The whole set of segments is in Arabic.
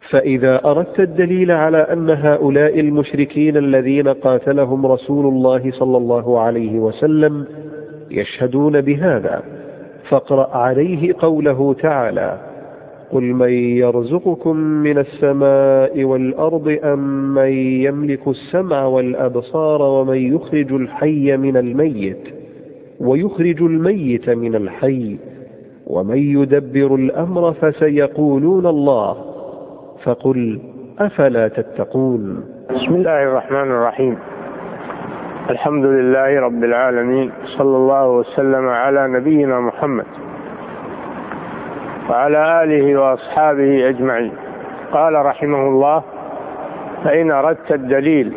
فإذا أردت الدليل على أن هؤلاء المشركين الذين قاتلهم رسول الله صلى الله عليه وسلم يشهدون بهذا، فاقرأ عليه قوله تعالى: قل من يرزقكم من السماء والأرض أم من يملك السمع والأبصار ومن يخرج الحي من الميت ويخرج الميت من الحي ومن يدبر الأمر فسيقولون الله، فقل أفلا تتقون. بسم الله الرحمن الرحيم. الحمد لله رب العالمين، صلى الله وسلم على نبينا محمد وعلى آله وأصحابه أجمعين. قال رحمه الله: فإن أردت الدليل،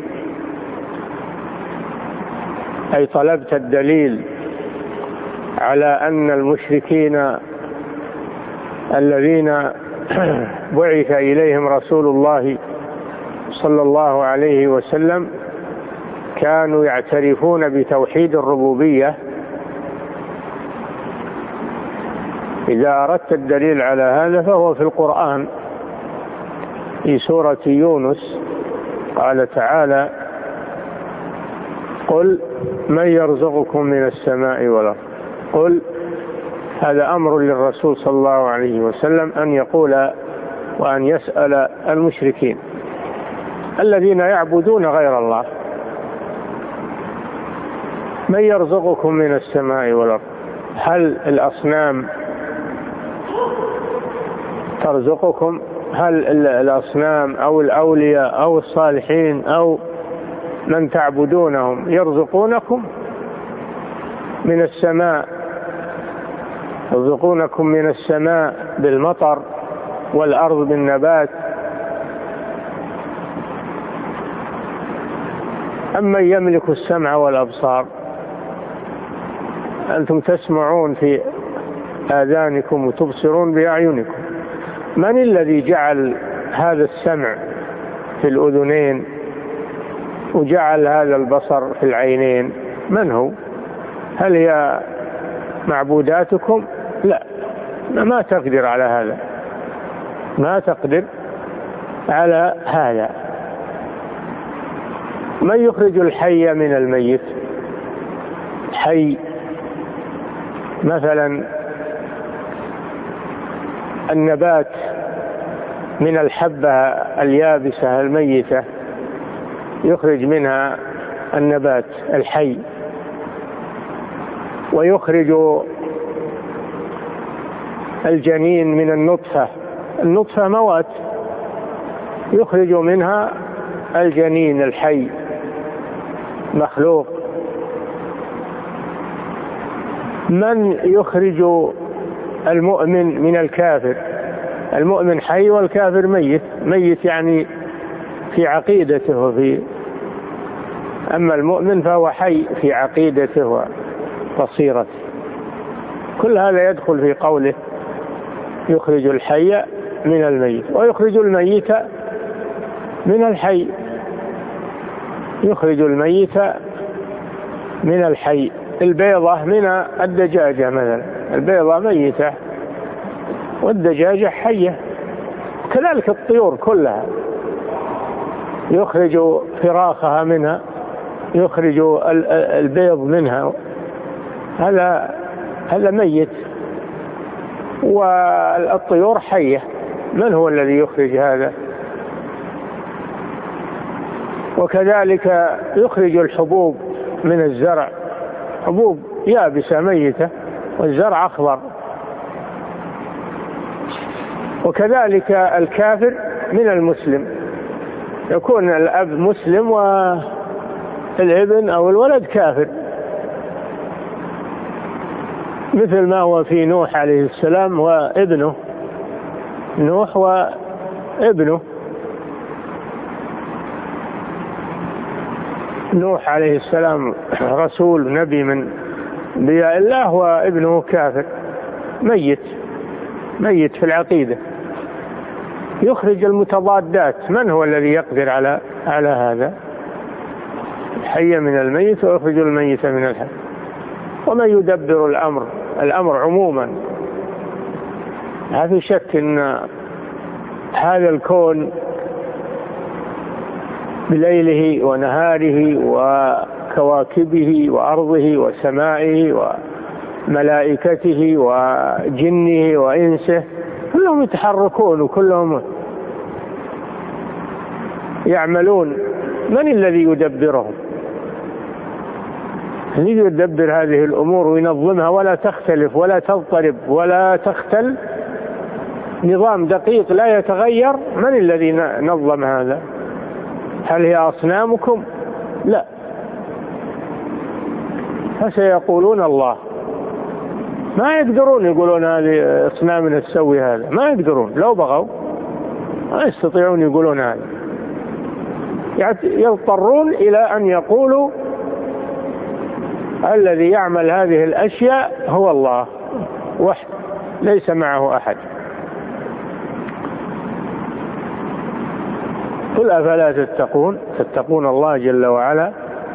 أي طلبت الدليل على أن المشركين الذين بعث إليهم رسول الله صلى الله عليه وسلم كانوا يعترفون بتوحيد الربوبية، إذا أردت الدليل على هذا فهو في القرآن في سورة يونس. قال تعالى: قل من يرزقكم من السماء والأرض. قل، هذا أمر للرسول صلى الله عليه وسلم أن يقول وأن يسأل المشركين الذين يعبدون غير الله: من يرزقكم من السماء والأرض؟ هل الأصنام ترزقكم؟ هل الأصنام أو الأولياء أو الصالحين أو من تعبدونهم يرزقونكم من السماء؟ يرزقونكم من السماء بالمطر والأرض بالنبات، أمن يملك السمع والأبصار؟ أنتم تسمعون في آذانكم وتبصرون بأعينكم. من الذي جعل هذا السمع في الأذنين وجعل هذا البصر في العينين؟ من هو؟ هل هي معبوداتكم؟ لا، ما تقدر على هذا، ما تقدر على هذا. من يخرج الحي من الميت؟ حي مثلا النبات من الحبة اليابسة الميتة يخرج منها النبات الحي، ويخرج الجنين من النطفة. النطفة موات، يخرج منها الجنين الحي مخلوق. من يخرج المؤمن من الكافر؟ المؤمن حي والكافر ميت. ميت يعني في عقيدته أما المؤمن فهو حي في عقيدته وبصيرته. كل هذا يدخل في قوله: يخرج الحي من الميت ويخرج الميت من الحي. يخرج الميت من الحي. البيضة من الدجاجة مثلا، البيضة ميتة والدجاجة حية. كذلك الطيور كلها يخرج فراخها منها، يخرج البيض منها، هذا ميت. والطيور حية. من هو الذي يخرج هذا؟ وكذلك يخرج الحبوب من الزرع، حبوب يابسة ميتة والزرع أخضر. وكذلك الكافر من المسلم، يكون الأب مسلم والابن أو الولد كافر، مثل ما هو في نوح عليه السلام وابنه، نوح وابنه. نوح عليه السلام رسول نبي من انبياء الله، وابنه كافر ميت في العقيدة. يخرج المتضادات. من هو الذي يقدر على هذا؟ الحي من الميت ويخرج الميت من الحي. ومن يدبر الأمر عموما. ما في شك أن هذا الكون بليله ونهاره وكواكبه وأرضه وسمائه وملائكته وجنه وإنسه كلهم يتحركون وكلهم يعملون. من الذي يدبرهم؟ الذي يدبر هذه الأمور وينظمها ولا تختلف ولا تضطرب ولا تختل، نظام دقيق لا يتغير. من الذي نظم هذا؟ هل هي أصنامكم؟ لا. فسيقولون الله. ما يقدرون يقولون هذه أصنامنا تسوي هذا، ما يقدرون، لو بغوا ما يستطيعون يقولون هذا. يضطرون إلى أن يقولوا الذي يعمل هذه الأشياء هو الله وحده ليس معه أحد. قل أفلا تتقون الله جل وعلا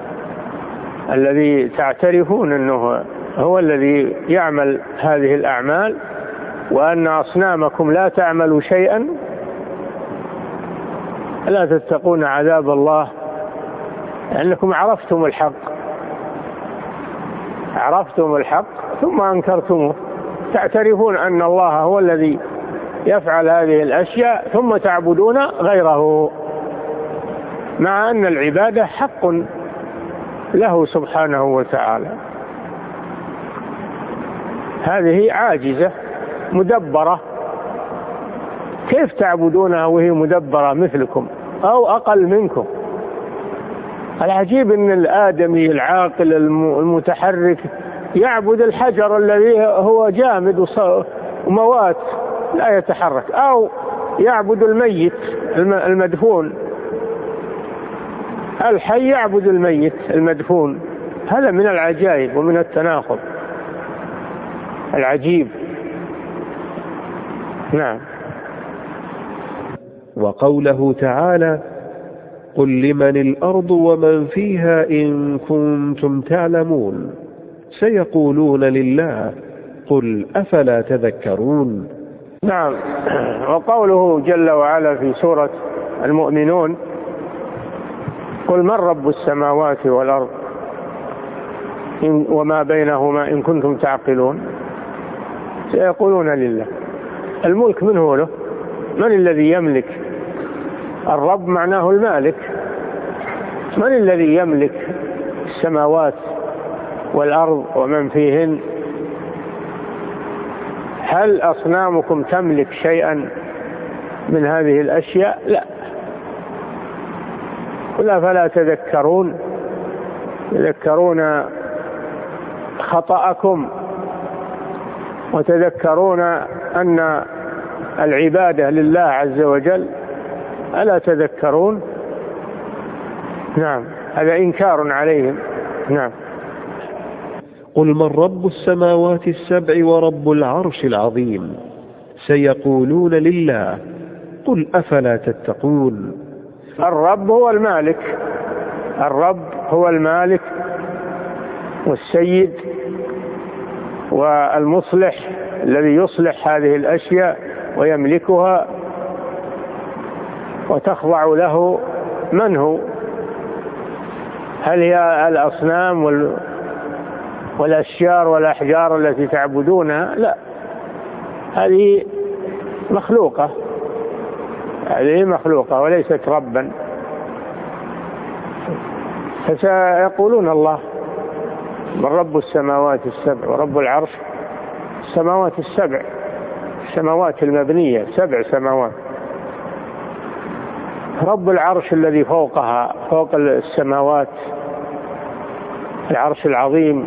الذي تعترفون أنه هو الذي يعمل هذه الأعمال وأن أصنامكم لا تعمل شيئا. لا تتقون عذاب الله لأنكم عرفتم الحق ثم أنكرتموه. تعترفون أن الله هو الذي يفعل هذه الأشياء ثم تعبدون غيره، مع أن العبادة حق له سبحانه وتعالى. هذه عاجزة مدبرة، كيف تعبدونها وهي مدبرة مثلكم أو أقل منكم؟ العجيب أن الآدمي العاقل المتحرك يعبد الحجر الذي هو جامد وموات لا يتحرك، أو يعبد الميت المدفون. الحي يعبد الميت المدفون. هذا من العجائب ومن التناقض العجيب. نعم. وقوله تعالى: قل لمن الأرض ومن فيها إن كنتم تعلمون سيقولون لله قل أفلا تذكرون. نعم. وقوله جل وعلا في سورة المؤمنون: قل من رب السماوات والأرض وما بينهما إن كنتم تعقلون سيقولون لله. الملك من هو له؟ من الذي يملك؟ الرب معناه المالك. من الذي يملك السماوات والأرض ومن فيهن؟ هل أصنامكم تملك شيئا من هذه الأشياء؟ لا. قل أفلا تذكرون خطأكم وتذكرون أن العبادة لله عز وجل. ألا تذكرون؟ نعم. هذا إنكار عليهم. نعم. قل من رب السماوات السبع ورب العرش العظيم سيقولون لله قل أفلا تتقون. الرب هو المالك والسيد والمصلح الذي يصلح هذه الأشياء ويملكها وتخضع له. من هو؟ هل هي الأصنام والأشجار والأحجار التي تعبدونها؟ لا، هذه مخلوقة وليست ربا. فسيقولون الله. من رب السماوات السبع ورب العرش. السماوات السبع، السماوات المبنية 7 سماوات. رب العرش الذي فوقها، فوق السماوات، العرش العظيم.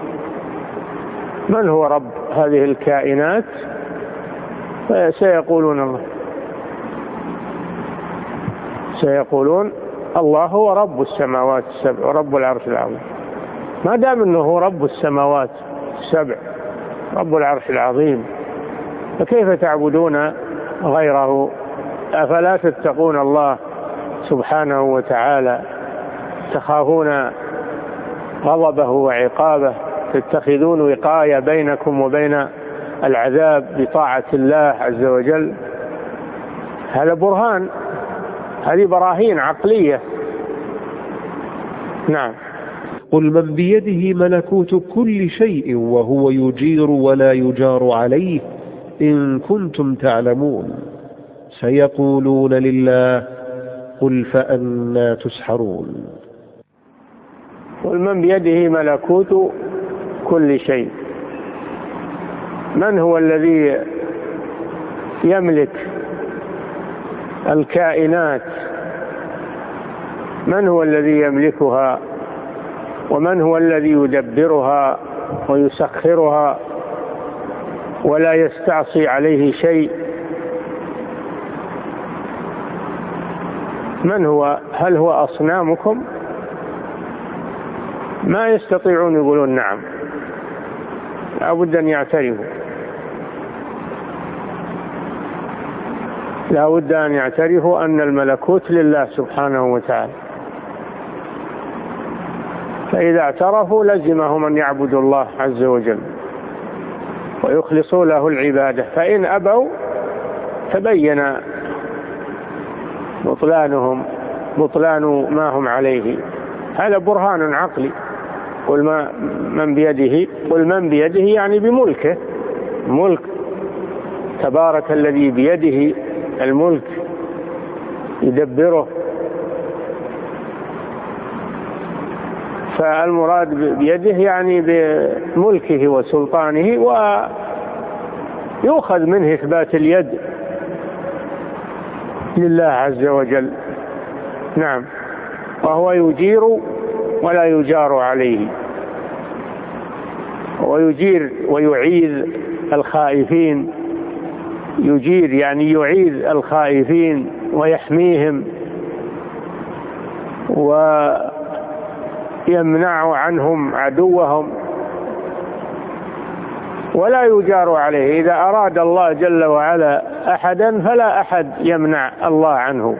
من هو رب هذه الكائنات؟ سيقولون الله. سيقولون الله هو رب السماوات السبع ورب العرش العظيم. ما دام انه هو رب السماوات السبع رب العرش العظيم، فكيف تعبدون غيره؟ أفلا تتقون الله سبحانه وتعالى، تخافون غضبه وعقابه، تتخذون وقاية بينكم وبين العذاب بطاعة الله عز وجل؟ هذا برهان، هذه براهين عقلية. نعم. قل من بيده ملكوت كل شيء وهو يجير ولا يجار عليه إن كنتم تعلمون سيقولون لله قل فأنى تسحرون. قل من بيده ملكوت كل شيء، من هو الذي يملك الكائنات؟ من هو الذي يملكها؟ ومن هو الذي يدبرها ويسخرها ولا يستعصي عليه شيء؟ من هو؟ هل هو أصنامكم؟ ما يستطيعون يقولون نعم، لا بد أن يعترفوا، لا بد أن يعترفوا أن الملكوت لله سبحانه وتعالى. فإذا اعترفوا لزمهم أن يعبدوا الله عز وجل ويخلصوا له العبادة، فإن أبوا تبين بطلان ما هم عليه. هذا برهان عقلي. قل من بيده يعني بملكه، ملك تبارك الذي بيده الملك يدبره. فالمراد بيده يعني بملكه وسلطانه، ويؤخذ منه إثبات اليد لله عز وجل. نعم. وهو يجير ولا يجار عليه، ويجير ويعيذ الخائفين. يجير يعني يعيذ الخائفين ويحميهم ويمنع عنهم عدوهم، ولا يجار عليه. إذا أراد الله جل وعلا أحدا فلا أحد يمنع الله عنه.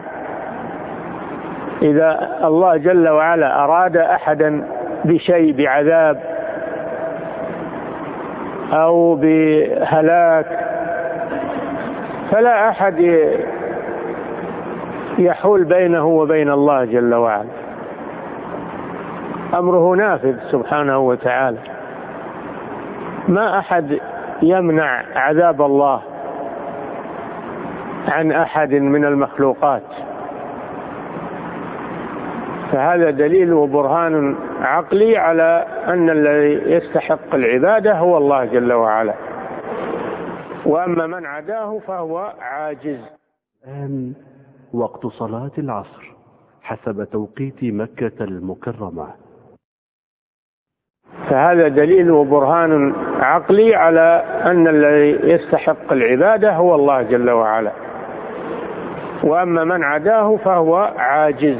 إذا الله جل وعلا أراد أحدا بشيء، بعذاب أو بهلاك، فلا أحد يحول بينه وبين الله جل وعلا. أمره نافذ سبحانه وتعالى. ما أحد يمنع عذاب الله عن أحد من المخلوقات. فهذا دليل وبرهان عقلي على أن الذي يستحق العبادة هو الله جل وعلا، وأما من عداه فهو عاجز. الآن وقت صلاة العصر حسب توقيت مكة المكرمة. فهذا دليل وبرهان عقلي على أن الذي يستحق العبادة هو الله جل وعلا، وأما من عداه فهو عاجز،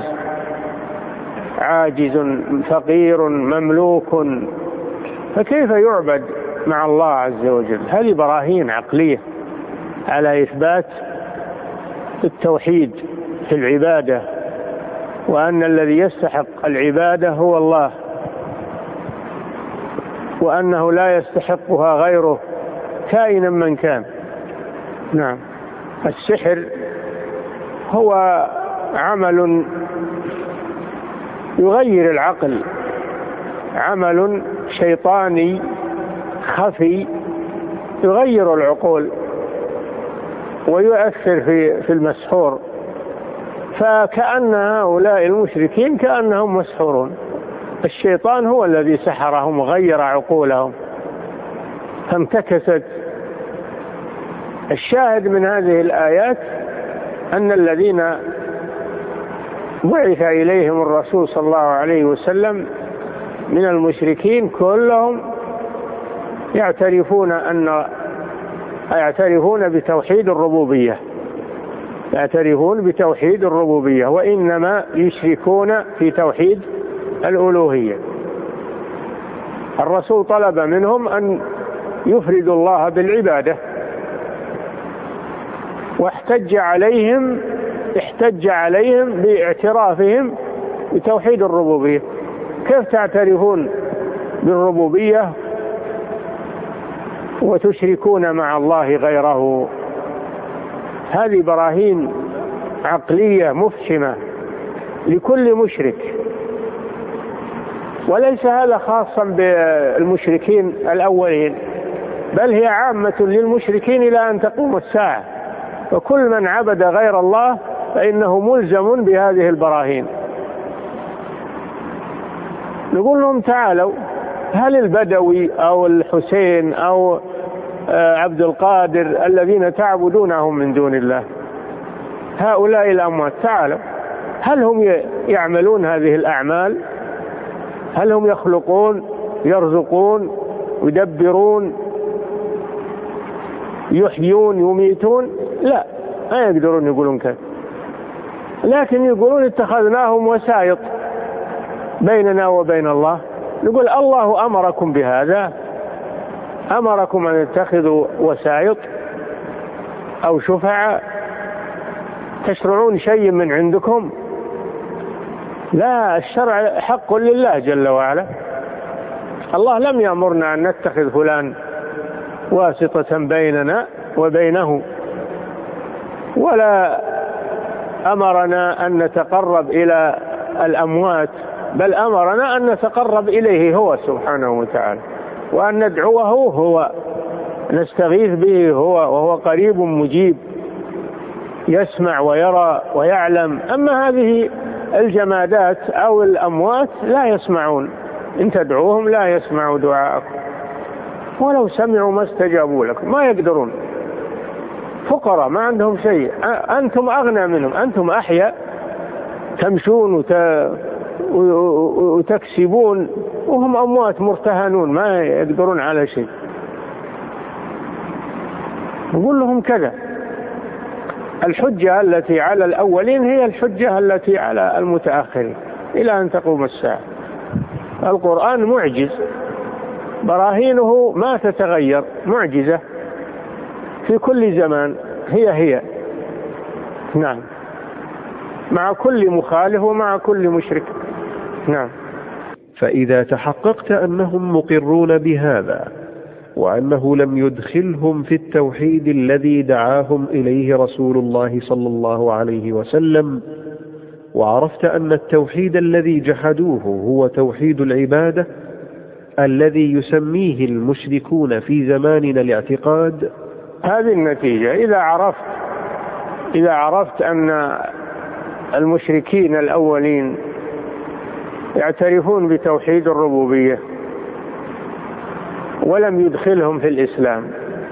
فقير مملوك. فكيف يعبد مع الله عز وجل؟ هذه براهين عقلية على إثبات التوحيد في العبادة، وأن الذي يستحق العبادة هو الله، وأنه لا يستحقها غيره كائنا من كان. نعم. السحر هو عمل يغير العقل، عمل شيطاني خفي يغير العقول ويؤثر في المسحور. فكأن هؤلاء المشركين كأنهم مسحورون، الشيطان هو الذي سحرهم وغير عقولهم فانتكست. الشاهد من هذه الآيات أن الذين بعث إليهم الرسول صلى الله عليه وسلم من المشركين كلهم يعترفون بتوحيد الربوبية، يعترفون بتوحيد الربوبية، وإنما يشركون في توحيد الألوهية. الرسول طلب منهم أن يفردوا الله بالعبادة، واحتج عليهم باعترافهم بتوحيد الربوبية. كيف تعترفون بالربوبية وتشركون مع الله غيره؟ هذه براهين عقلية مفحمة لكل مشرك، وليس هذا خاصا بالمشركين الأولين، بل هي عامة للمشركين إلى أن تقوم الساعة، وكل من عبد غير الله فإنه ملزم بهذه البراهين. نقول لهم تعالوا، هل البدوي أو الحسين أو عبد القادر الذين تعبدونهم من دون الله، هؤلاء الأموات، تعالوا، هل هم يعملون هذه الأعمال؟ هل هم يخلقون، يرزقون، يدبرون، يحيون، يميتون؟ لا، ما يقدرون يقولون كذا، لكن يقولون اتخذناهم وسائط بيننا وبين الله. نقول الله أمركم بهذا؟ أمركم أن تتخذوا وسائط أو شفعاء تشرعون شيء من عندكم؟ لا، الشرع حق لله جل وعلا. الله لم يأمرنا أن نتخذ فلان واسطة بيننا وبينه، ولا أمرنا أن نتقرب إلى الأموات، بل أمرنا أن نتقرب إليه هو سبحانه وتعالى، وأن ندعوه هو، نستغيث به هو، وهو قريب مجيب يسمع ويرى ويعلم. أما هذه الجمادات أو الأموات لا يسمعون، إن تدعوهم لا يسمعوا دعاءكم، ولو سمعوا ما استجابوا لكم، ما يقدرون، فقراء ما عندهم شيء، أنتم أغنى منهم، أنتم أحياء تمشون وتكسبون، وهم أموات مرتهنون ما يقدرون على شيء. نقول لهم كذا. الحجة التي على الأولين هي الحجة التي على المتأخرين إلى أن تقوم الساعة. القرآن معجز، براهينه ما تتغير، معجزة في كل زمان، هي نعم، مع كل مخالف ومع كل مشرك. نعم. فإذا تحققت أنهم مقرون بهذا، وأنه لم يدخلهم في التوحيد الذي دعاهم إليه رسول الله صلى الله عليه وسلم، وعرفت أن التوحيد الذي جحدوه هو توحيد العبادة الذي يسميه المشركون في زماننا الاعتقاد، هذه النتيجة. إذا عرفت أن المشركين الأولين يعترفون بتوحيد الربوبية ولم يدخلهم في الإسلام،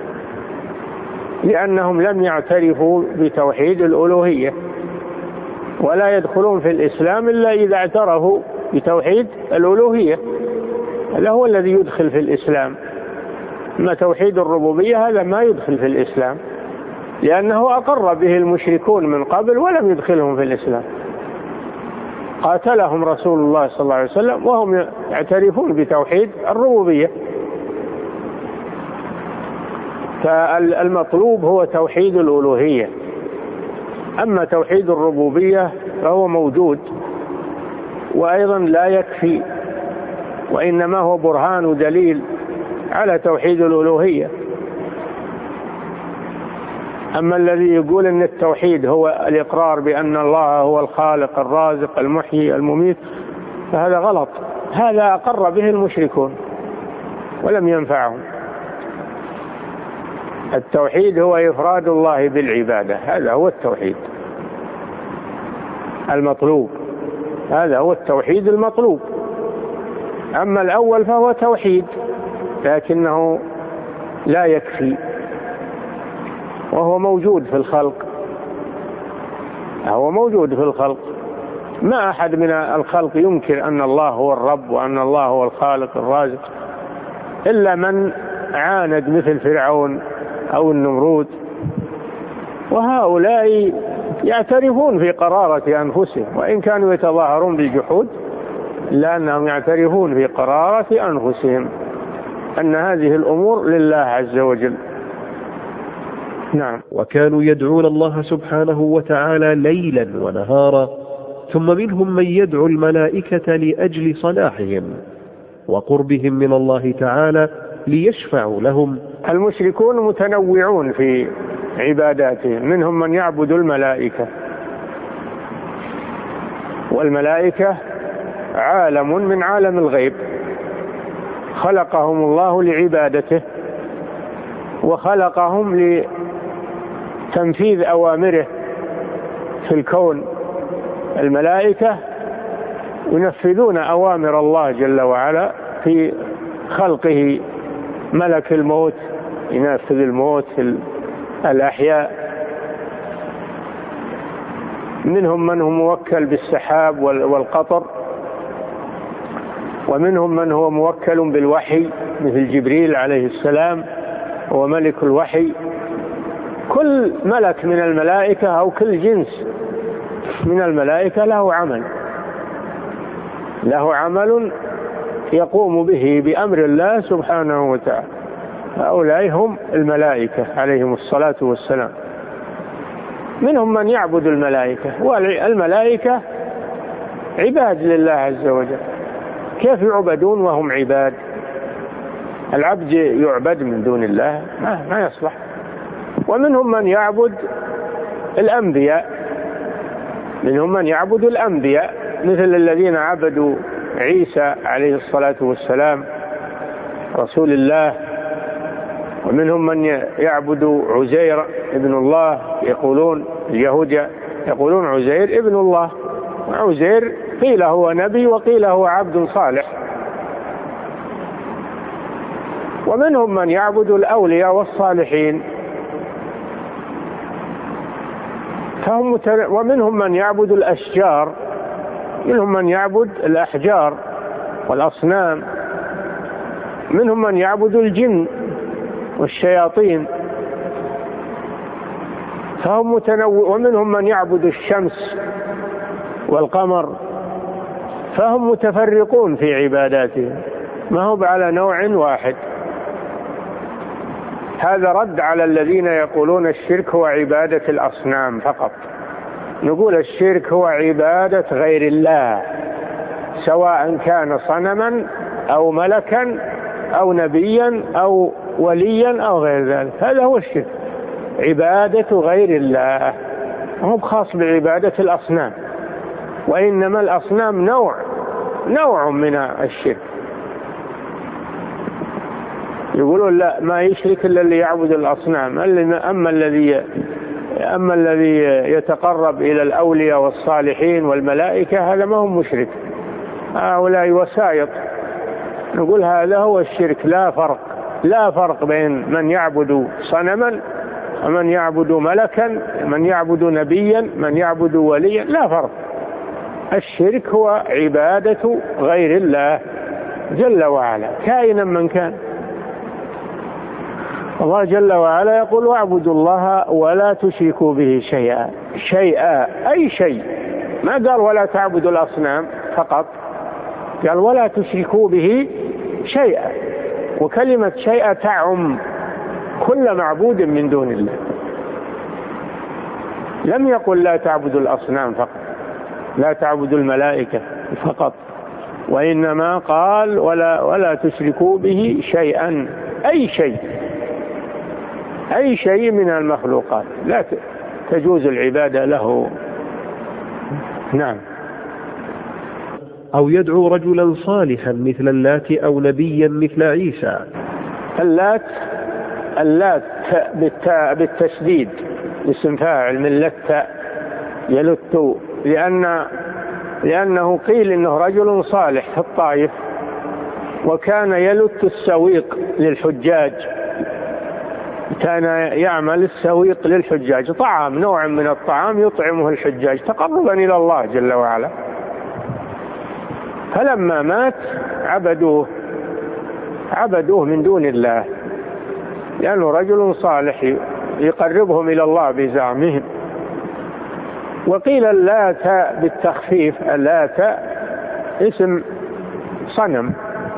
لأنهم لم يعترفوا بتوحيد الألوهية، ولا يدخلون في الإسلام إلا إذا اعترفوا بتوحيد الألوهية، هذا هو الذي يدخل في الإسلام. أما توحيد الربوبية هذا ما يدخل في الإسلام، لأنه أقر به المشركون من قبل ولم يدخلهم في الإسلام، قاتلهم رسول الله صلى الله عليه وسلم وهم يعترفون بتوحيد الربوبية. فالمطلوب هو توحيد الألوهية، أما توحيد الربوبية فهو موجود وأيضا لا يكفي، وإنما هو برهان ودليل على توحيد الألوهية. أما الذي يقول أن التوحيد هو الإقرار بأن الله هو الخالق الرازق المحيي المميت فهذا غلط، هذا أقر به المشركون ولم ينفعهم. التوحيد هو إفراد الله بالعبادة، هذا هو التوحيد المطلوب، هذا هو التوحيد المطلوب. أما الأول فهو توحيد لكنه لا يكفي، وهو موجود في الخلق، هو موجود في الخلق. ما أحد من الخلق ينكر أن الله هو الرب وأن الله هو الخالق الرازق إلا من عاند مثل فرعون أو النمرود، وهؤلاء يعترفون في قرارة أنفسهم وإن كانوا يتظاهرون بالجحود، لأنهم يعترفون في قرارة أنفسهم أن هذه الأمور لله عز وجل. نعم. وكانوا يدعون الله سبحانه وتعالى ليلا ونهارا، ثم منهم من يدعو الملائكة لأجل صلاحهم وقربهم من الله تعالى ليشفعوا لهم. المشركون متنوعون في عباداتهم. منهم من يعبد الملائكة، والملائكة عالم من عالم الغيب، خلقهم الله لعبادته وخلقهم لتنفيذ أوامره في الكون. الملائكة ينفذون أوامر الله جل وعلا في خلقه. ملك الموت ينفذ الموت في الأحياء. منهم من هو موكل بالسحاب والقطر، ومنهم من هو موكل بالوحي مثل جبريل عليه السلام هو ملك الوحي. كل ملك من الملائكة أو كل جنس من الملائكة له عمل يقوم به بأمر الله سبحانه وتعالى. هؤلاء هم الملائكة عليهم الصلاة والسلام. منهم من يعبد الملائكة، والملائكة عباد لله عز وجل. كيف يعبدون وهم عباد؟ العبد يعبد من دون الله ما يصلح. ومنهم من يعبد الأنبياء، مثل الذين عبدوا عيسى عليه الصلاة والسلام رسول الله. ومنهم من يعبد عزير ابن الله، يقولون اليهود يقولون عزير ابن الله، وعزير قيل هو نبي وقيل هو عبد صالح. ومنهم من يعبد الأولياء والصالحين، ومنهم من يعبد الأشجار، منهم من يعبد الأحجار والأصنام، منهم من يعبد الجن والشياطين فهم متنوع. ومنهم من يعبد الشمس والقمر، فهم متفرقون في عباداتهم، ما هو على نوع واحد. هذا رد على الذين يقولون الشرك هو عبادة الأصنام فقط. نقول الشرك هو عبادة غير الله، سواء كان صنما أو ملكا أو نبيا أو وليا أو غير ذلك. هذا هو الشرك، عبادة غير الله، مو خاص بعبادة الأصنام. وإنما الأصنام نوع من الشرك. يقولون لا، ما يشرك إلا اللي يعبد الأصنام. أما الذي يتقرب إلى الأولياء والصالحين والملائكة هذا ما هو مشرك، هؤلاء وسائط. نقول هذا هو الشرك. لا فرق بين من يعبد صنما ومن يعبد ملكا، من يعبد نبيا، من يعبد وليا، لا فرق. الشرك هو عبادة غير الله جل وعلا كائنا من كان. الله جل وعلا يقول واعبدوا الله ولا تشركوا به شيئا أي شيء. ما قال ولا تعبدوا الأصنام فقط، قال ولا تشركوا به شيئا. وكلمة شيئا تعم كل معبود من دون الله. لم يقل لا تعبدوا الأصنام فقط، لا تعبدوا الملائكة فقط، وإنما قال ولا تشركوا به شيئا أي شيء من المخلوقات لا تجوز العبادة له. نعم. أو يدعو رجلا صالحا مثل اللات أو نبيا مثل عيسى. اللات بالتشديد اسم فاعل من لت يلت، لأنه قيل إنه رجل صالح في الطائف، وكان يلت السويق للحجاج، كان يعمل السويق للحجاج، طعام نوع من الطعام يطعمه الحجاج تقربا إلى الله جل وعلا. فلما مات عبدوه من دون الله، لأنه رجل صالح يقربهم إلى الله بزعمهم. وقيل اللات بالتخفيف، اللات اسم صنم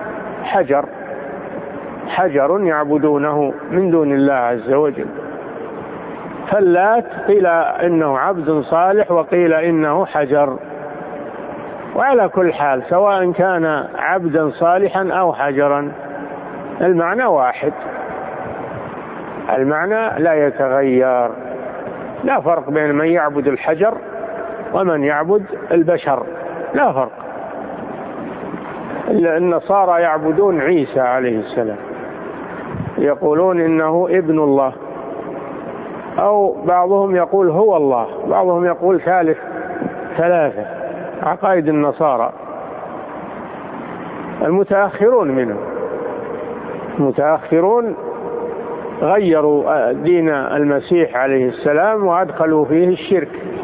حجر يعبدونه من دون الله عز وجل. فاللات قيل إنه عبد صالح وقيل إنه حجر، وعلى كل حال سواء كان عبدا صالحا أو حجرا المعنى واحد. المعنى لا يتغير. لا فرق بين من يعبد الحجر ومن يعبد البشر، لا فرق. النصارى يعبدون عيسى عليه السلام، يقولون إنه ابن الله، أو بعضهم يقول هو الله، بعضهم يقول ثالث ثلاثة، عقائد النصارى المتأخرون منهم. المتأخرون غيروا دين المسيح عليه السلام وأدخلوا فيه الشرك،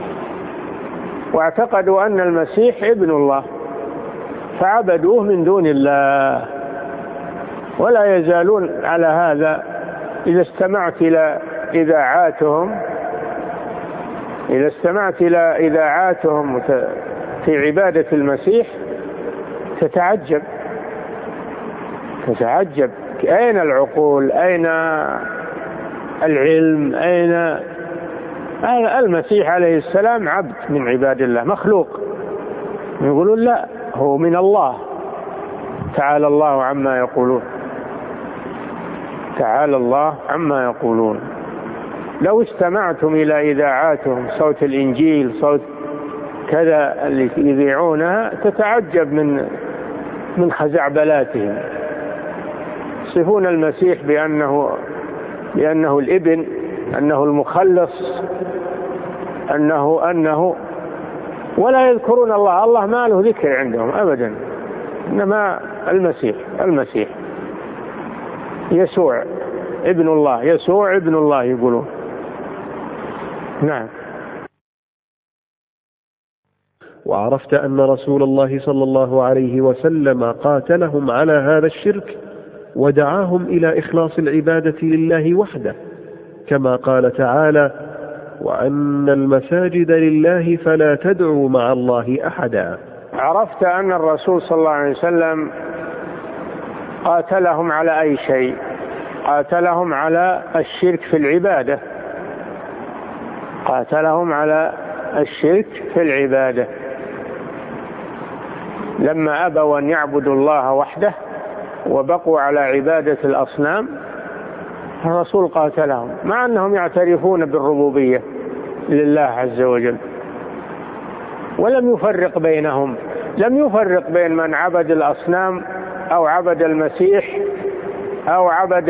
واعتقدوا أن المسيح ابن الله فعبدوه من دون الله، ولا يزالون على هذا. إذا استمعت إلى إذاعاتهم في عبادة المسيح تتعجب أين العقول؟ أين العلم؟ أين المسيح عليه السلام؟ عبد من عباد الله، مخلوق. يقولون لا، هو من الله، تعالى الله عما يقولون، تعالى الله عما يقولون. لو استمعتم إلى إذاعاتهم، صوت الإنجيل، صوت كذا اللي يذيعونها، تتعجب من خزعبلاتهم. يصفون المسيح بأنه الابن، أنه المخلص، أنه ولا يذكرون الله ما له ذكر عندهم أبدا، إنما المسيح يسوع ابن الله، يسوع ابن الله يقولون. نعم. وعرفت أن رسول الله صلى الله عليه وسلم قاتلهم على هذا الشرك ودعاهم إلى إخلاص العبادة لله وحده، كما قال تعالى: وأن المساجد لله فلا تدعوا مع الله أحدا. عرفت أن الرسول صلى الله عليه وسلم قاتلهم على أي شيء؟ قاتلهم على الشرك في العبادة، قاتلهم على الشرك في العبادة. لما أبوا أن يعبدوا الله وحده وبقوا على عبادة الأصنام، الرسول قاتلهم، مع أنهم يعترفون بالربوبية لله عز وجل، ولم يفرق بينهم، لم يفرق بين من عبد الأصنام أو عبد المسيح أو عبد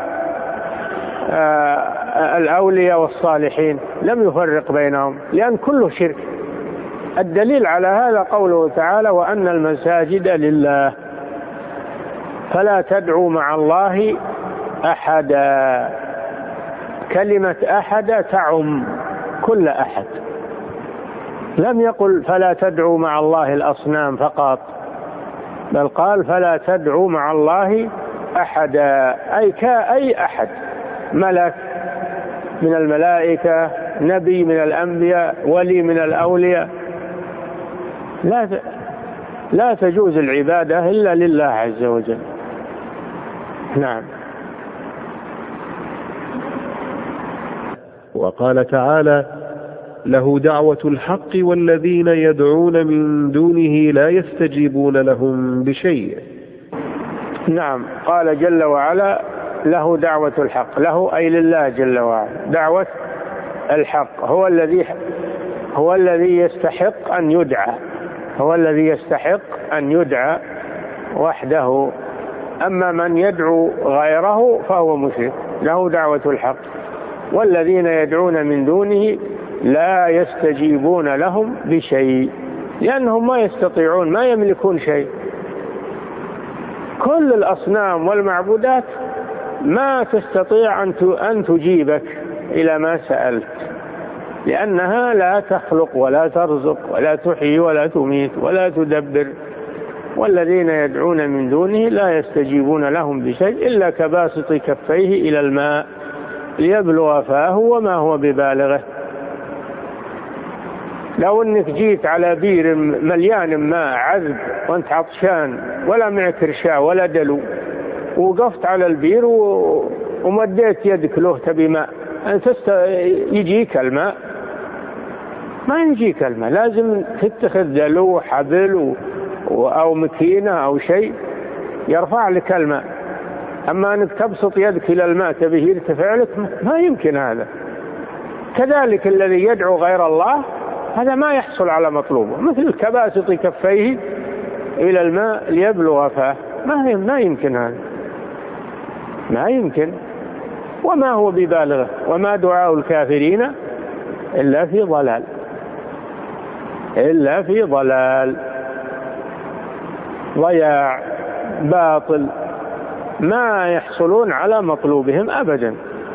الأولياء والصالحين، لم يفرق بينهم، لأن كله شرك. الدليل على هذا قوله تعالى: وأن المساجد لله فلا تدعوا مع الله أحدا. كلمة أحد تعم كل أحد، لم يقل فلا تدعوا مع الله الأصنام فقط، بل قال فلا تدعوا مع الله أحدا، أي كأي أحد، ملك من الملائكة، نبي من الأنبياء، ولي من الأولياء. لا تجوز العبادة إلا لله عز وجل. نعم. وقال تعالى: له دعوة الحق والذين يدعون من دونه لا يستجيبون لهم بشيء. نعم، قال جل وعلا: له دعوة الحق، له أي لله جل وعلا دعوة الحق، هو الذي يستحق أن يدعى، هو الذي يستحق أن يدعى وحده. أما من يدعو غيره فهو مشرك. له دعوة الحق والذين يدعون من دونه لا يستجيبون لهم بشيء، لأنهم ما يستطيعون، ما يملكون شيء. كل الأصنام والمعبودات ما تستطيع أن تجيبك إلى ما سألت، لأنها لا تخلق ولا ترزق ولا تحيي ولا تميت ولا تدبر. والذين يدعون من دونه لا يستجيبون لهم بشيء إلا كباسط كفيه إلى الماء ليبلغ فاه وما هو ببالغه. لو أنك جيت على بير مليان ماء عذب وأنت عطشان ولا معك رشاء ولا دلو، وقفت على البير ومديت يدك له تبي ماء، يجيك الماء؟ ما يجيك الماء، لازم تتخذ دلو، حبل أو مكينة أو شيء يرفع لك الماء. أما أنك تبسط يدك إلى الماء تبيه يرتفع لك، ما يمكن هذا. كذلك الذي يدعو غير الله هذا ما يحصل على مطلوبه، مثل كباسط كفيه إلى الماء ليبلغ فاه، ما يمكن هذا، ما يمكن. وما هو ببالغه، وما دعاء الكافرين إلا في ضلال، إلا في ضلال، ضياع، باطل، ما يحصلون على مطلوبهم أبدا.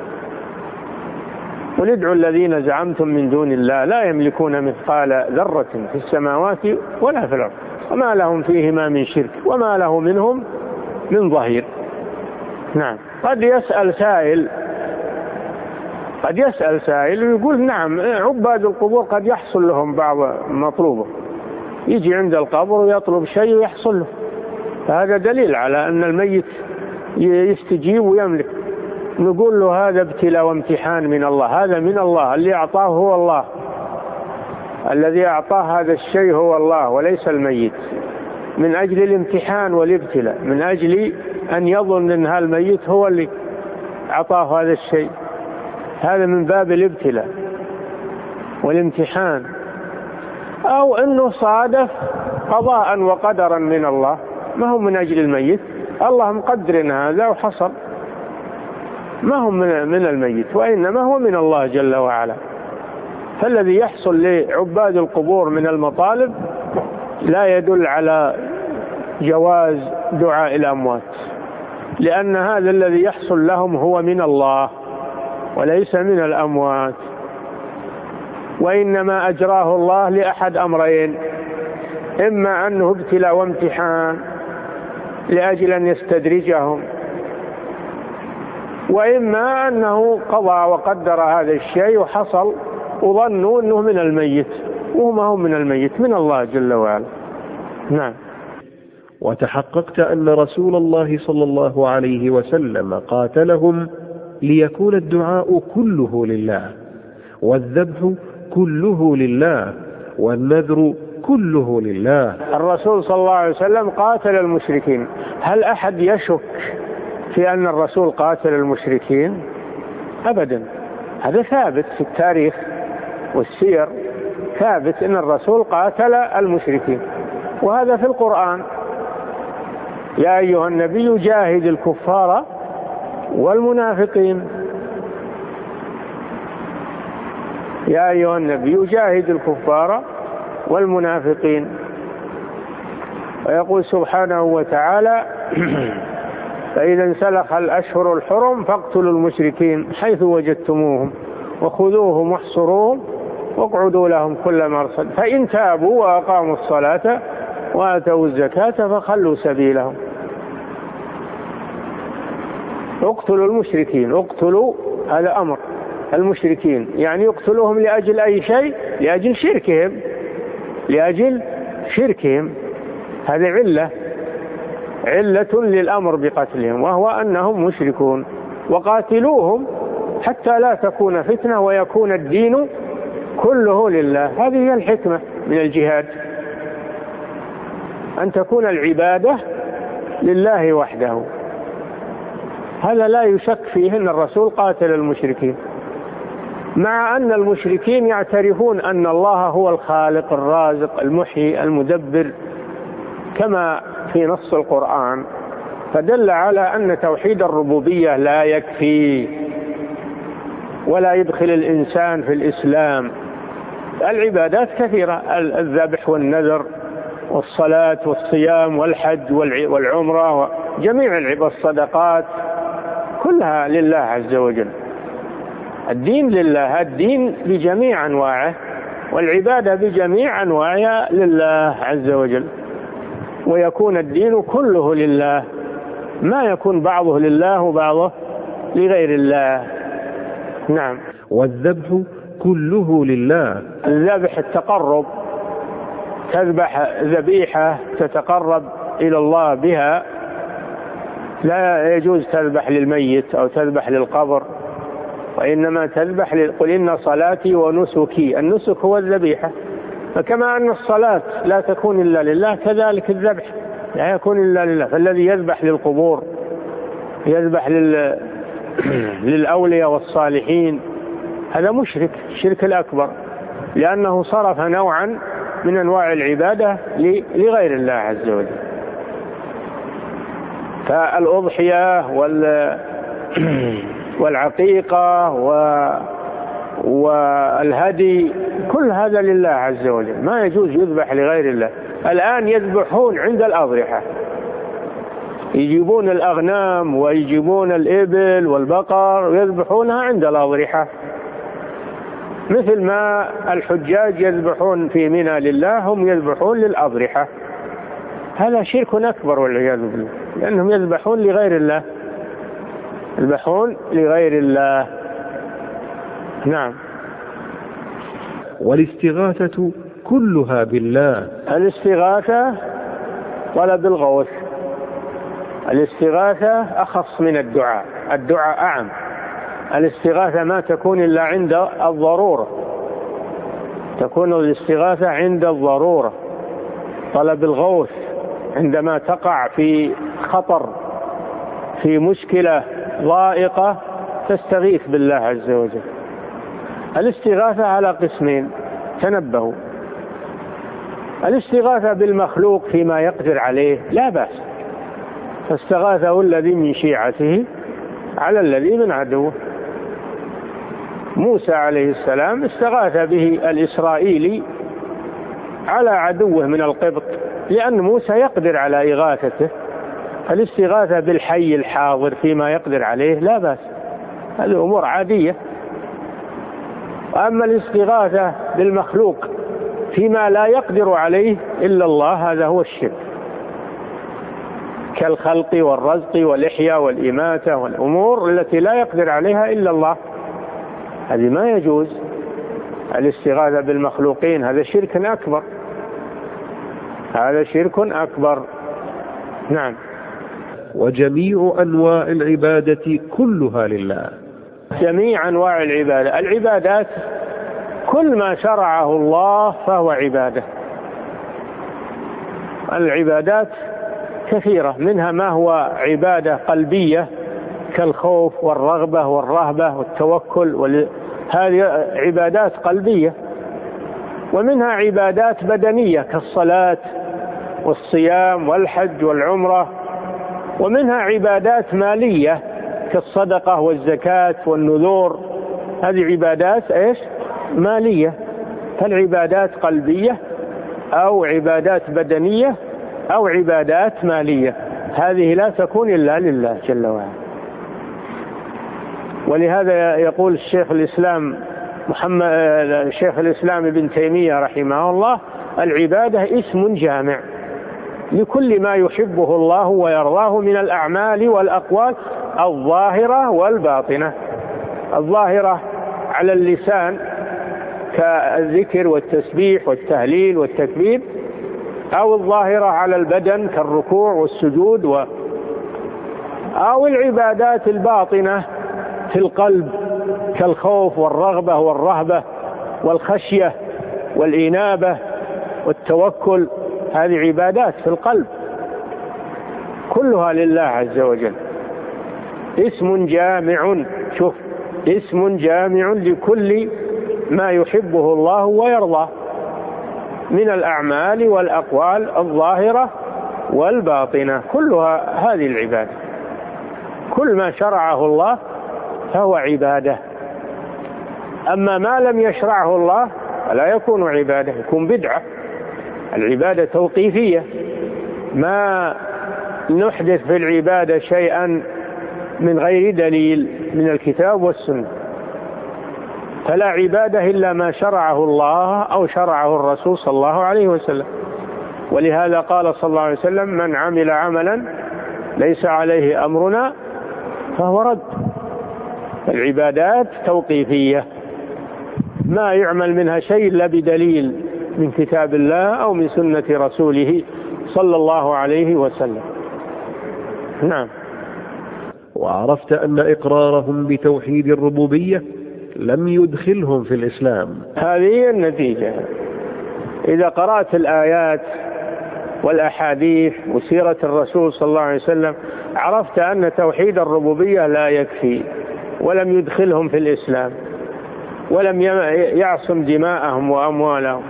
قل ادعوا الذين زعمتم من دون الله لا يملكون مثقال ذرة في السماوات ولا في الأرض وما لهم فيهما من شرك وما له منهم من ظهير. نعم. قد يسأل سائل ويقول نعم عباد القبور قد يحصل لهم بعض مطلوبه، يجي عند القبر ويطلب شيء ويحصل له، فهذا دليل على أن الميت يستجيب ويملك. نقول له هذا ابتلاء وامتحان من الله، هذا من الله، اللي أعطاه هو الله، الذي أعطاه هذا الشيء هو الله وليس الميت، من أجل الامتحان والابتلاء، من أجل أن يظن أن هالميت هو اللي أعطاه هذا الشيء. هذا من باب الابتلاء والامتحان. أو أنه صادف قضاء وقدرا من الله، ما هو من أجل الميت، الله مقدر هذا وحصل، ما هو من الميت وإنما هو من الله جل وعلا. فالذي يحصل لعباد القبور من المطالب لا يدل على جواز دعاء الأموات، لأن هذا الذي يحصل لهم هو من الله وليس من الأموات، وإنما أجراه الله لأحد أمرين: إما أنه ابتلاء وامتحان لأجل أن يستدرجهم، وإما أنه قضى وقدر هذا الشيء وحصل وظنوا أنه من الميت وما هو من الميت، من الله جل وعلا. نعم. وتحققت أن رسول الله صلى الله عليه وسلم قاتلهم ليكون الدعاء كله لله، والذبح كله لله، والنذر كله لله. الرسول صلى الله عليه وسلم قاتل المشركين. هل أحد يشك في أن الرسول قاتل المشركين؟ أبدا، هذا ثابت في التاريخ والسير، ثابت أن الرسول قاتل المشركين، وهذا في القرآن: يا أيها النبي جاهد الكفار والمنافقين. يا أيها النبي جاهد الكفار والمنافقين. ويقول سبحانه وتعالى: فإذا انسلخ الأشهر الحرم فاقتلوا المشركين حيث وجدتموهم وخذوهم واحصروهم واقعدوا لهم كل مرصد فإن تابوا وأقاموا الصلاة وآتوا الزكاة فخلوا سبيلهم. اقتلوا المشركين، اقتلوا هذا أمر المشركين، يعني يقتلوهم لأجل أي شيء؟ لأجل شركهم، لأجل شركهم. هذه علة للأمر بقتلهم، وهو أنهم مشركون. وقاتلوهم حتى لا تكون فتنة ويكون الدين كله لله. هذه هي الحكمة من الجهاد، أن تكون العبادة لله وحده. هذا لا يشك فيه أن الرسول قاتل المشركين، مع أن المشركين يعترفون أن الله هو الخالق الرازق المحيي المدبر كما في نص القرآن، فدل على أن توحيد الربوبية لا يكفي ولا يدخل الإنسان في الإسلام. العبادات كثيرة: الذبح والنذر والصلاة والصيام والحج والعمرة وجميع الصدقات كلها لله عز وجل. الدين لله، الدين بجميع أنواعه، والعبادة بجميع أنواعها لله عز وجل، ويكون الدين كله لله، ما يكون بعضه لله وبعضه لغير الله. نعم. والذبح كله لله. الذبح التقرب، تذبح ذبيحة تتقرب إلى الله بها، لا يجوز تذبح للميت أو تذبح للقبر، وإنما تذبح قل إن صلاتي ونسكي. النسك هو الذبيحة، فكما أن الصلاة لا تكون إلا لله كذلك الذبح لا يكون إلا لله. فالذي يذبح للقبور يذبح للأولياء والصالحين، هذا مشرك، الشرك الأكبر، لأنه صرف نوعا من أنواع العبادة لغير الله عز وجل. فالأضحية والعقيقة والهدي كل هذا لله عز وجل، ما يجوز يذبح لغير الله. الآن يذبحون عند الأضرحة، يجيبون الأغنام ويجيبون الإبل والبقر ويذبحونها عند الأضرحة، مثل ما الحجاج يذبحون في منى لله هم يذبحون للأضرحة. هذا شرك أكبر والعياذ بالله، لأنهم يذبحون لغير الله، يذبحون لغير الله. نعم. والاستغاثة كلها بالله. الاستغاثة طلب الغوث، الاستغاثة أخص من الدعاء، الدعاء أعم. الاستغاثة ما تكون إلا عند الضرورة، تكون الاستغاثة عند الضرورة. طلب الغوث عندما تقع في خطر، في مشكلة ضائقة، تستغيث بالله عز وجل. الاستغاثة على قسمين، تنبهوا. الاستغاثة بالمخلوق فيما يقدر عليه لا بأس، فاستغاثه الذي من شيعته على الذي من عدوه. موسى عليه السلام استغاث به الإسرائيلي على عدوه من القبط، لأن موسى يقدر على إغاثته. الاستغاثة بالحي الحاضر فيما يقدر عليه لا بأس، هذه أمور عادية. أما الاستغاثة بالمخلوق فيما لا يقدر عليه إلا الله، هذا هو الشرك، كالخلق والرزق والإحياء والإماتة والأمور التي لا يقدر عليها إلا الله، هذه ما يجوز. الاستغاثة بالمخلوقين هذا شرك أكبر، هذا شرك أكبر. نعم. وجميع أنواع العبادة كلها لله. جميع أنواع العبادة، العبادات كل ما شرعه الله فهو عبادة. العبادات كثيرة، منها ما هو عبادة قلبية كالخوف والرغبة والرهبة والتوكل، هذه عبادات قلبية. ومنها عبادات بدنية كالصلاة والصيام والحج والعمرة. ومنها عبادات مالية كالصدقة والزكاة والنذور، هذه عبادات إيش؟ مالية. فالعبادات قلبية أو عبادات بدنية أو عبادات مالية، هذه لا تكون إلا لله جل وعلا. ولهذا يقول الشيخ الإسلام ابن تيمية رحمه الله: العبادة اسم جامع لكل ما يحبه الله ويرضاه من الأعمال والأقوال الظاهرة والباطنة. الظاهرة على اللسان كالذكر والتسبيح والتهليل والتكبير، أو الظاهرة على البدن كالركوع والسجود، أو العبادات الباطنة في القلب كالخوف والرغبة والرهبة والخشية والإنابة والتوكل، هذه عبادات في القلب كلها لله عز وجل. اسم جامع، شوف، اسم جامع لكل ما يحبه الله ويرضاه من الأعمال والأقوال الظاهرة والباطنة، كلها هذه العبادة. كل ما شرعه الله فهو عبادة. أما ما لم يشرعه الله فلا يكون عبادة، يكون بدعة. العبادة توقيفية، ما نحدث في العبادة شيئا من غير دليل من الكتاب والسنة، فلا عبادة إلا ما شرعه الله أو شرعه الرسول صلى الله عليه وسلم. ولهذا قال صلى الله عليه وسلم: من عمل عملا ليس عليه أمرنا فهو رد. العبادات توقيفية، ما يعمل منها شيء إلا بدليل من كتاب الله أو من سنة رسوله صلى الله عليه وسلم. نعم. وعرفت أن إقرارهم بتوحيد الربوبية لم يدخلهم في الإسلام. هذه النتيجة. إذا قرأت الآيات والأحاديث وسيرة الرسول صلى الله عليه وسلم عرفت أن توحيد الربوبية لا يكفي، ولم يدخلهم في الإسلام، ولم يعصم دماءهم وأموالهم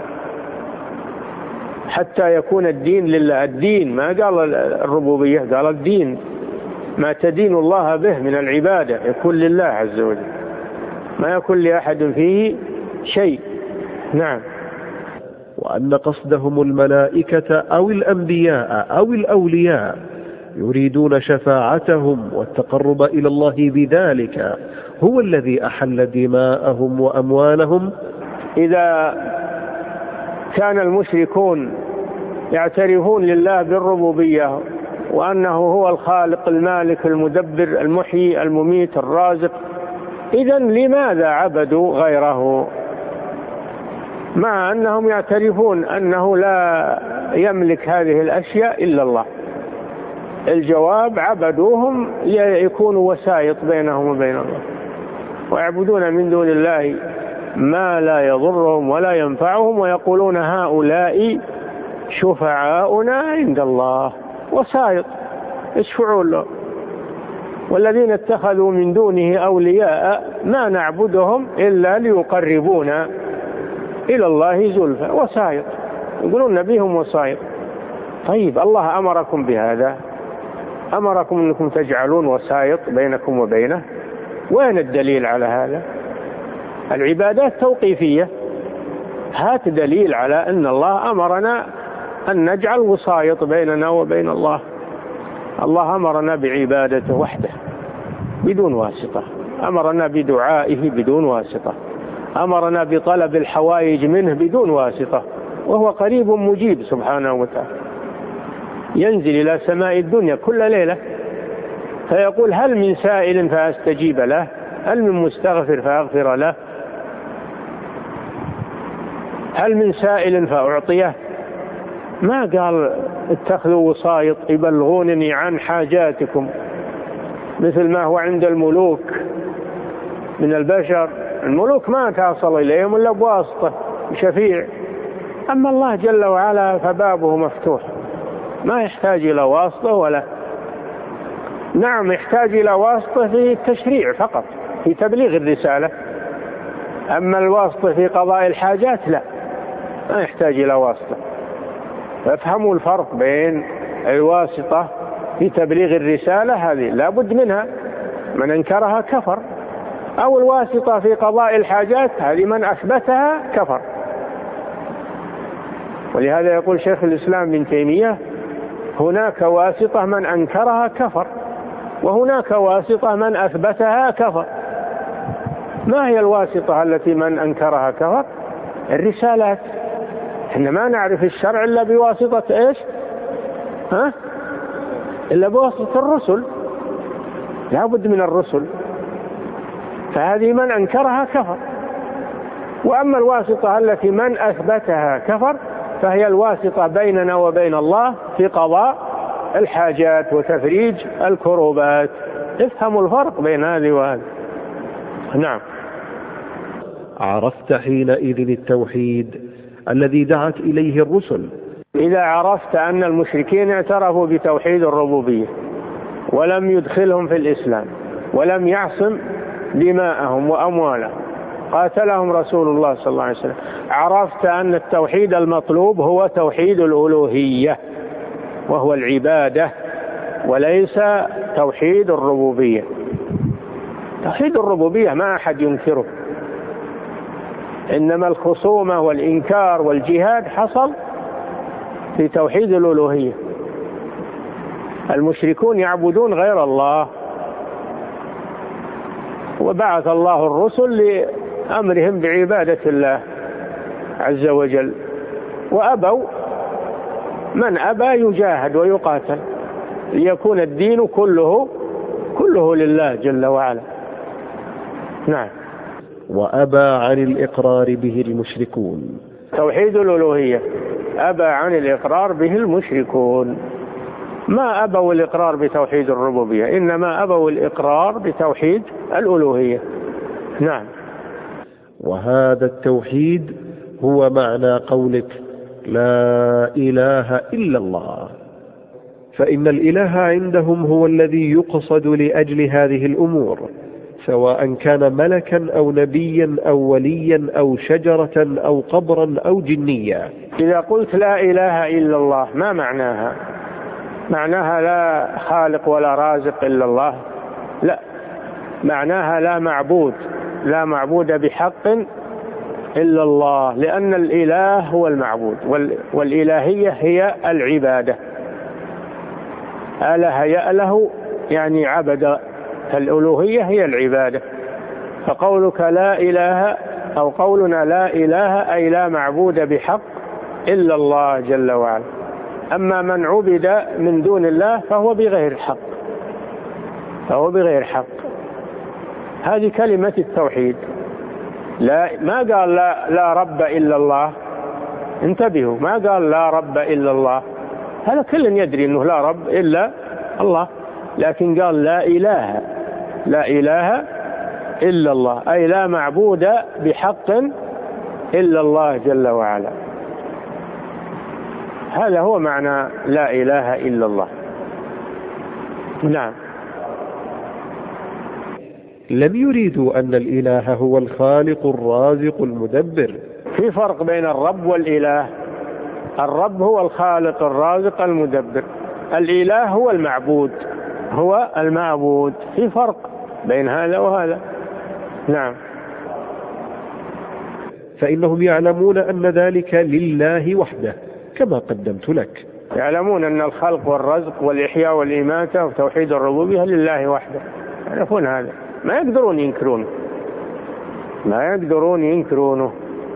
حتى يكون الدين لله. الدين ما قال الربوبية، قال الدين، ما تدين الله به من العبادة يكون لله عز وجل، ما يكون لأحد فيه شيء. نعم. وأن قصدهم الملائكة أو الأنبياء أو الأولياء يريدون شفاعتهم والتقرب إلى الله بذلك هو الذي أحل دماءهم وأموالهم. إذا كان المشركون يعترفون لله بالربوبية وأنه هو الخالق المالك المدبر المحيي المميت الرازق، إذن لماذا عبدوا غيره مع أنهم يعترفون أنه لا يملك هذه الأشياء إلا الله؟ الجواب: عبدوهم ليكونوا وسائط بينهم وبين الله، ويعبدون من دون الله ما لا يضرهم ولا ينفعهم، ويقولون هؤلاء شفعاؤنا عند الله، وسائط يشفعون له. والذين اتخذوا من دونه أولياء ما نعبدهم إلا ليقربونا إلى الله زلفى، وسائط، يقولون بهم وسائط. طيب الله أمركم بهذا، أمركم أنكم تجعلون وسائط بينكم وبينه، وين الدليل على هذا؟ العبادات توقيفية، هات دليل على أن الله أمرنا أن نجعل وسائط بيننا وبين الله. الله أمرنا بعبادته وحده بدون واسطة، أمرنا بدعائه بدون واسطة، أمرنا بطلب الحوائج منه بدون واسطة، وهو قريب مجيب سبحانه وتعالى، ينزل إلى سماء الدنيا كل ليلة فيقول: هل من سائل فأستجيب له؟ هل من مستغفر فأغفر له؟ هل من سائل فأعطيه؟ ما قال اتخذوا وسائط يبلغونني عن حاجاتكم مثل ما هو عند الملوك من البشر. الملوك ما تصل إليهم إلا بواسطة شفيع، أما الله جل وعلا فبابه مفتوح، ما يحتاج إلى واسطة ولا. نعم يحتاج إلى واسطة في التشريع فقط، في تبليغ الرسالة، أما الواسطة في قضاء الحاجات لا، ما يحتاج إلى واسطة. فافهموا الفرق بين الواسطة في تبليغ الرسالة، هذه لا بد منها، من أنكرها كفر، أو الواسطة في قضاء الحاجات، هذه من أثبتها كفر. ولهذا يقول شيخ الإسلام ابن تيمية: هناك واسطة من أنكرها كفر، وهناك واسطة من أثبتها كفر. ما هي الواسطة التي من أنكرها كفر؟ الرسالات. إحنا ما نعرف الشرع إلا بواسطة إيش؟ إلا بواسطة الرسل، لا بد من الرسل، فهذه من أنكرها كفر. وأما الواسطة التي من أثبتها كفر فهي الواسطة بيننا وبين الله في قضاء الحاجات وتفريج الكروبات. افهموا الفرق بين هذه وهذه. نعم. عرفت حينئذ التوحيد الذي دعت إليه الرسل. إذا عرفت أن المشركين اعترفوا بتوحيد الربوبية ولم يدخلهم في الإسلام ولم يعصم دماءهم وأموالهم، قاتلهم رسول الله صلى الله عليه وسلم، عرفت أن التوحيد المطلوب هو توحيد الألوهية وهو العبادة، وليس توحيد الربوبية. توحيد الربوبية ما أحد ينكره، إنما الخصومة والإنكار والجهاد حصل في توحيد الألوهية. المشركون يعبدون غير الله، وبعث الله الرسل لأمرهم بعبادة الله عز وجل، وأبوا، من أبى يجاهد ويقاتل ليكون الدين كله لله جل وعلا. نعم. وأبى عن الإقرار به المشركون. توحيد الألوهية أبى عن الإقرار به المشركون، ما أبوا الإقرار بتوحيد الربوبية، إنما أبوا الإقرار بتوحيد الألوهية. نعم. وهذا التوحيد هو معنى قولك لا إله إلا الله. فإن الإله عندهم هو الذي يقصد لأجل هذه الأمور، سواء كان ملكا أو نبيا أو وليا أو شجرة أو قبرا أو جنيا. إذا قلت لا إله إلا الله ما معناها؟ معناها لا خالق ولا رازق إلا الله؟ لا، معناها لا معبود بحق إلا الله، لأن الإله هو المعبود، والإلهية هي العبادة. أله يأله يعني عبد، فالألوهية هي العبادة. فقولك لا إله أو قولنا لا إله أي لا معبود بحق إلا الله جل وعلا. أما من عبد من دون الله فهو بغير حق، هذه كلمة التوحيد. ما قال لا رب إلا الله، انتبهوا، ما قال لا رب إلا الله، هذا كل يدري أنه لا رب إلا الله، لكن قال لا إله إلا الله أي لا معبود بحق إلا الله جل وعلا. هذا هو معنى لا إله إلا الله. نعم. لم يريدوا أن الإله هو الخالق الرازق المدبر. في فرق بين الرب والإله. الرب هو الخالق الرازق المدبر، الإله هو المعبود، في فرق بين هذا وهذا. نعم. فإنهم يعلمون أن ذلك لله وحده كما قدمت لك. يعلمون أن الخلق والرزق والإحياء والإماتة وتوحيد الربوبية لله وحده، يعرفون هذا، ما يقدرون ينكرونه.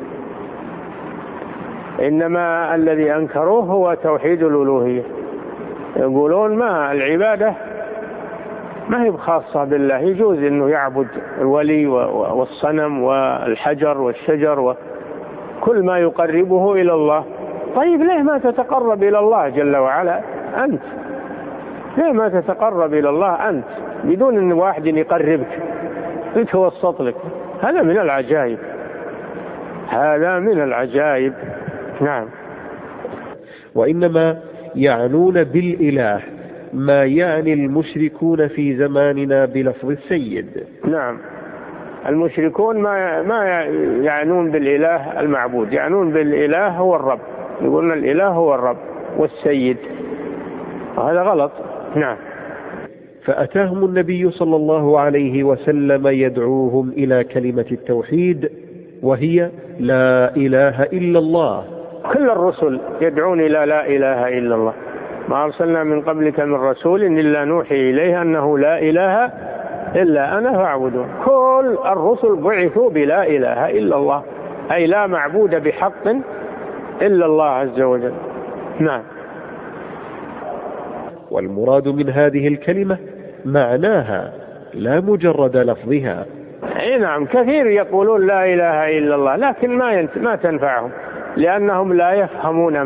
إنما الذي أنكروه هو توحيد الألوهية. يقولون ما العبادة ما هي خاصة بالله، يجوز أنه يعبد الولي والصنم والحجر والشجر وكل ما يقربه إلى الله. طيب ليه ما تتقرب إلى الله جل وعلا أنت؟ ليه ما تتقرب إلى الله أنت بدون أن واحد يقربك يتوسط لك؟ هذا من العجائب. نعم. وإنما يعنون بالإله ما يعني المشركون في زماننا بلفظ السيد. نعم، المشركون ما يعنون بالإله المعبود، يعنون بالإله هو الرب، يقولون الإله هو الرب والسيد، هذا غلط. نعم. فأتاهم النبي صلى الله عليه وسلم يدعوهم إلى كلمة التوحيد، وهي لا إله إلا الله. كل الرسل يدعون إلى لا إله إلا الله، ما أرسلنا من قبلك من رسول إلا نوحي إليه أنه لا إله إلا أنا فاعبدون. كل الرسل بعثوا بلا إله إلا الله، أي لا معبود بحق إلا الله عز وجل. نعم. والمراد من هذه الكلمة معناها لا مجرد لفظها. نعم، كثير يقولون لا إله إلا الله لكن ما تنفعهم، لأنهم لا يفهمون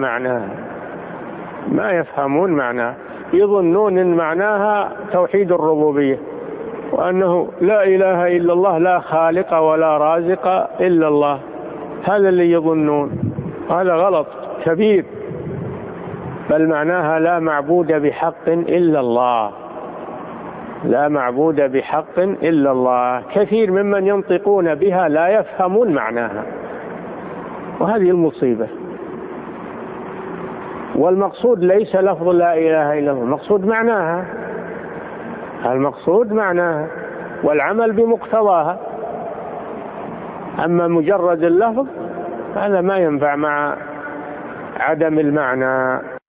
معناها، يظنون إن معناها توحيد الربوبية، وأنه لا إله إلا الله لا خالق ولا رازق إلا الله، هذا اللي يظنون، هذا غلط كبير، بل معناها لا معبود بحق إلا الله، لا معبود بحق إلا الله. كثير ممن ينطقون بها لا يفهمون معناها، وهذه المصيبة. والمقصود ليس لفظ لا إله إلا الله، المقصود معناها والعمل بمقتضاها. أما مجرد اللفظ هذا ما ينفع مع عدم المعنى.